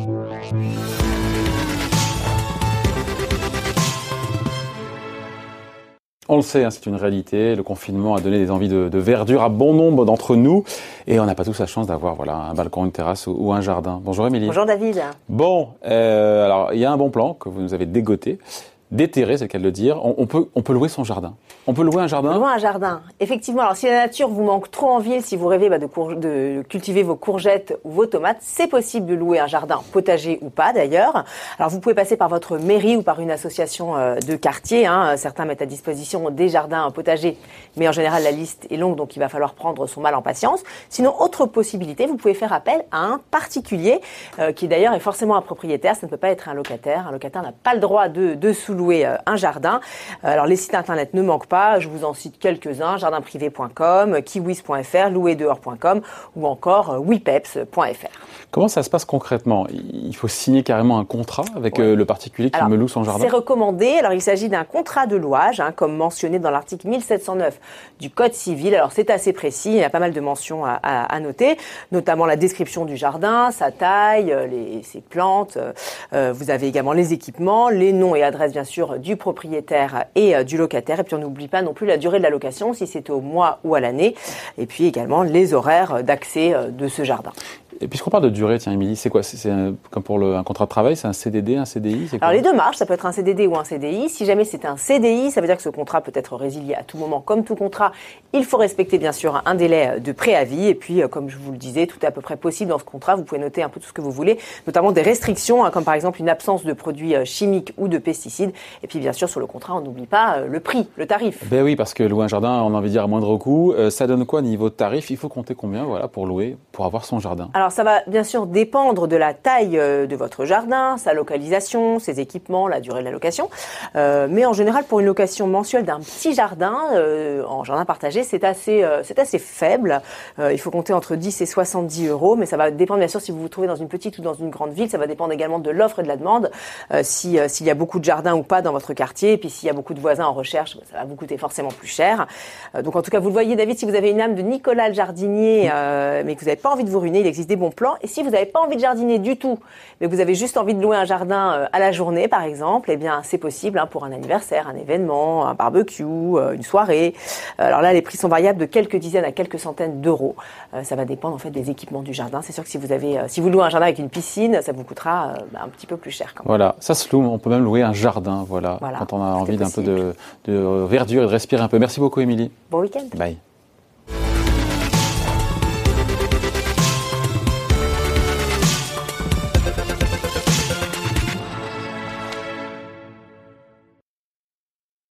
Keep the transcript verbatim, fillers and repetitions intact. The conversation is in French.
On le sait, hein, c'est une réalité. Le confinement a donné des envies de, de verdure à bon nombre d'entre nous. Et on n'a pas tous la chance d'avoir voilà, un balcon, une terrasse ou, ou un jardin. Bonjour Émilie. Bonjour David. Bon, euh, alors il y a un bon plan que vous nous avez dégoté. Déterrer, c'est le cas de le dire. On, on, peut, on peut louer son jardin. On peut louer un jardin. Louer un jardin. Effectivement. Alors, si la nature vous manque trop en ville, si vous rêvez bah, de, cour- de cultiver vos courgettes ou vos tomates, c'est possible de louer un jardin, potager ou pas d'ailleurs. Alors, vous pouvez passer par votre mairie ou par une association euh, de quartier. Hein. Certains mettent à disposition des jardins potagers, mais en général, la liste est longue, donc il va falloir prendre son mal en patience. Sinon, autre possibilité, vous pouvez faire appel à un particulier, euh, qui d'ailleurs est forcément un propriétaire. Ça ne peut pas être un locataire. Un locataire n'a pas le droit de, de sous louer un jardin. Alors les sites internet ne manquent pas, je vous en cite quelques-uns, jardin privé point com, kiwis point f r, louer dehors point com ou encore wipeps point f r. Comment ça se passe concrètement ? Il faut signer carrément un contrat avec ouais. le particulier qui Alors, me loue son jardin ? C'est recommandé. Alors il s'agit d'un contrat de louage, hein, comme mentionné dans l'article mille sept cent neuf du Code civil. Alors c'est assez précis, il y a pas mal de mentions à, à, à noter, notamment la description du jardin, sa taille, les, ses plantes. Euh, vous avez également les équipements, les noms et adresses bien sûr du propriétaire et euh, du locataire. Et puis on n'oublie pas non plus la durée de la location, si c'est au mois ou à l'année. Et puis également les horaires d'accès euh, de ce jardin. Et puisqu'on parle de durée, tiens Émilie, c'est quoi ? C'est, c'est un, comme pour le, un contrat de travail, c'est un C D D, un C D I ? C'est quoi ? Alors les deux marchent, ça peut être un C D D ou un C D I. Si jamais c'est un C D I, ça veut dire que ce contrat peut être résilié à tout moment. Comme tout contrat, il faut respecter bien sûr un délai de préavis. Et puis, comme je vous le disais, tout est à peu près possible dans ce contrat. Vous pouvez noter un peu tout ce que vous voulez, notamment des restrictions, hein, comme par exemple une absence de produits chimiques ou de pesticides. Et puis bien sûr, sur le contrat, on n'oublie pas le prix, le tarif. Ben oui, parce que louer un jardin, on a envie de dire à moindre coût. Euh, ça donne quoi niveau de tarif ? Il faut compter combien voilà, pour louer, pour avoir son jardin ? Alors ça va bien sûr dépendre de la taille de votre jardin, sa localisation, ses équipements, la durée de la location. Euh, mais en général, pour une location mensuelle d'un petit jardin, euh, en jardin partagé, c'est assez, euh, c'est assez faible. Euh, il faut compter entre dix et soixante-dix euros, mais ça va dépendre bien sûr si vous vous trouvez dans une petite ou dans une grande ville. Ça va dépendre également de l'offre et de la demande, euh, si, euh, s'il y a beaucoup de jardins ou pas dans votre quartier. Et puis s'il y a beaucoup de voisins en recherche, ça va vous coûter forcément plus cher. Euh, donc en tout cas, vous le voyez, David, si vous avez une âme de Nicolas le jardinier, euh, mais que vous n'avez pas envie de vous ruiner, il existe des bons plans. Et si vous n'avez pas envie de jardiner du tout, mais vous avez juste envie de louer un jardin à la journée, par exemple, eh bien, c'est possible hein, pour un anniversaire, un événement, un barbecue, une soirée. Alors là, les prix sont variables de quelques dizaines à quelques centaines d'euros. Euh, ça va dépendre en fait des équipements du jardin. C'est sûr que si vous avez, euh, si vous louez un jardin avec une piscine, ça vous coûtera euh, bah, un petit peu plus cher quand même. Voilà, ça se loue. On peut même louer un jardin, voilà, voilà quand on a envie d'un peu de, de verdure et de respirer un peu. Merci beaucoup, Émilie. Bon week-end. Bye.